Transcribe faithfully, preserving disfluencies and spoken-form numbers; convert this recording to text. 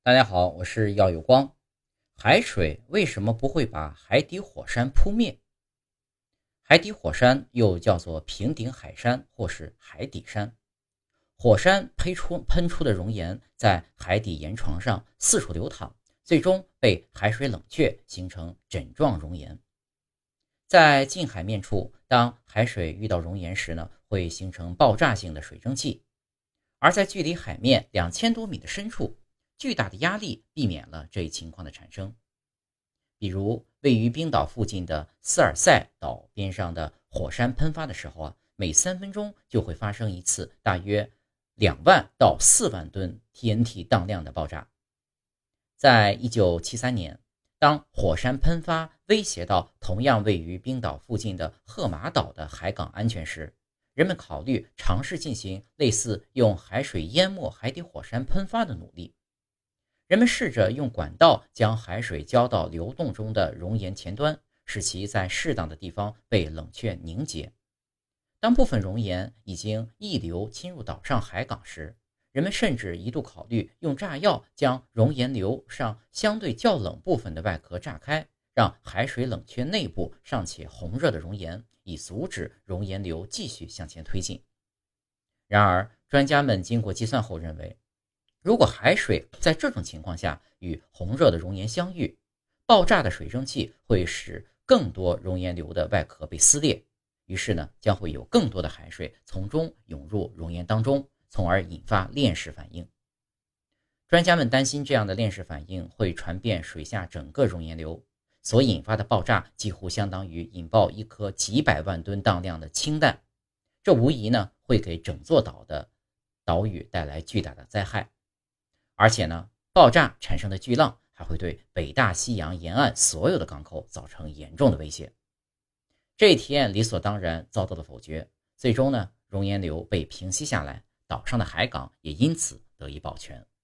大家好，我是耀有光。海水为什么不会把海底火山扑灭？海底火山又叫做平顶海山或是海底山。火山喷出喷出的熔岩在海底岩床上四处流淌，最终被海水冷却，形成枕状熔岩。在近海面处，当海水遇到熔岩时呢，会形成爆炸性的水蒸气。而在距离海面两千多米的深处，巨大的压力避免了这一情况的产生。比如位于冰岛附近的斯尔塞岛边上的火山喷发的时候啊，每三分钟就会发生一次大约两万到四万吨 T N T 当量的爆炸。在一九七三年，当火山喷发威胁到同样位于冰岛附近的赫马岛的海港安全时，人们考虑尝试进行类似用海水淹没海底火山喷发的努力。人们试着用管道将海水浇到流动中的熔岩前端，使其在适当的地方被冷却凝结。当部分熔岩已经溢流侵入岛上海港时，人们甚至一度考虑用炸药将熔岩流上相对较冷部分的外壳炸开，让海水冷却内部尚且红热的熔岩，以阻止熔岩流继续向前推进。然而，专家们经过计算后认为，如果海水在这种情况下与红热的熔岩相遇，爆炸的水蒸气会使更多熔岩流的外壳被撕裂，于是呢，将会有更多的海水从中涌入熔岩当中，从而引发链式反应。专家们担心这样的链式反应会传遍水下整个熔岩流，所引发的爆炸几乎相当于引爆一颗几百万吨当量的氢弹，这无疑呢会给整座岛的岛屿带来巨大的灾害。而且呢，爆炸产生的巨浪还会对北大西洋沿岸所有的港口造成严重的威胁。这一提案理所当然遭到了否决，最终呢，熔岩流被平息下来，岛上的海港也因此得以保全。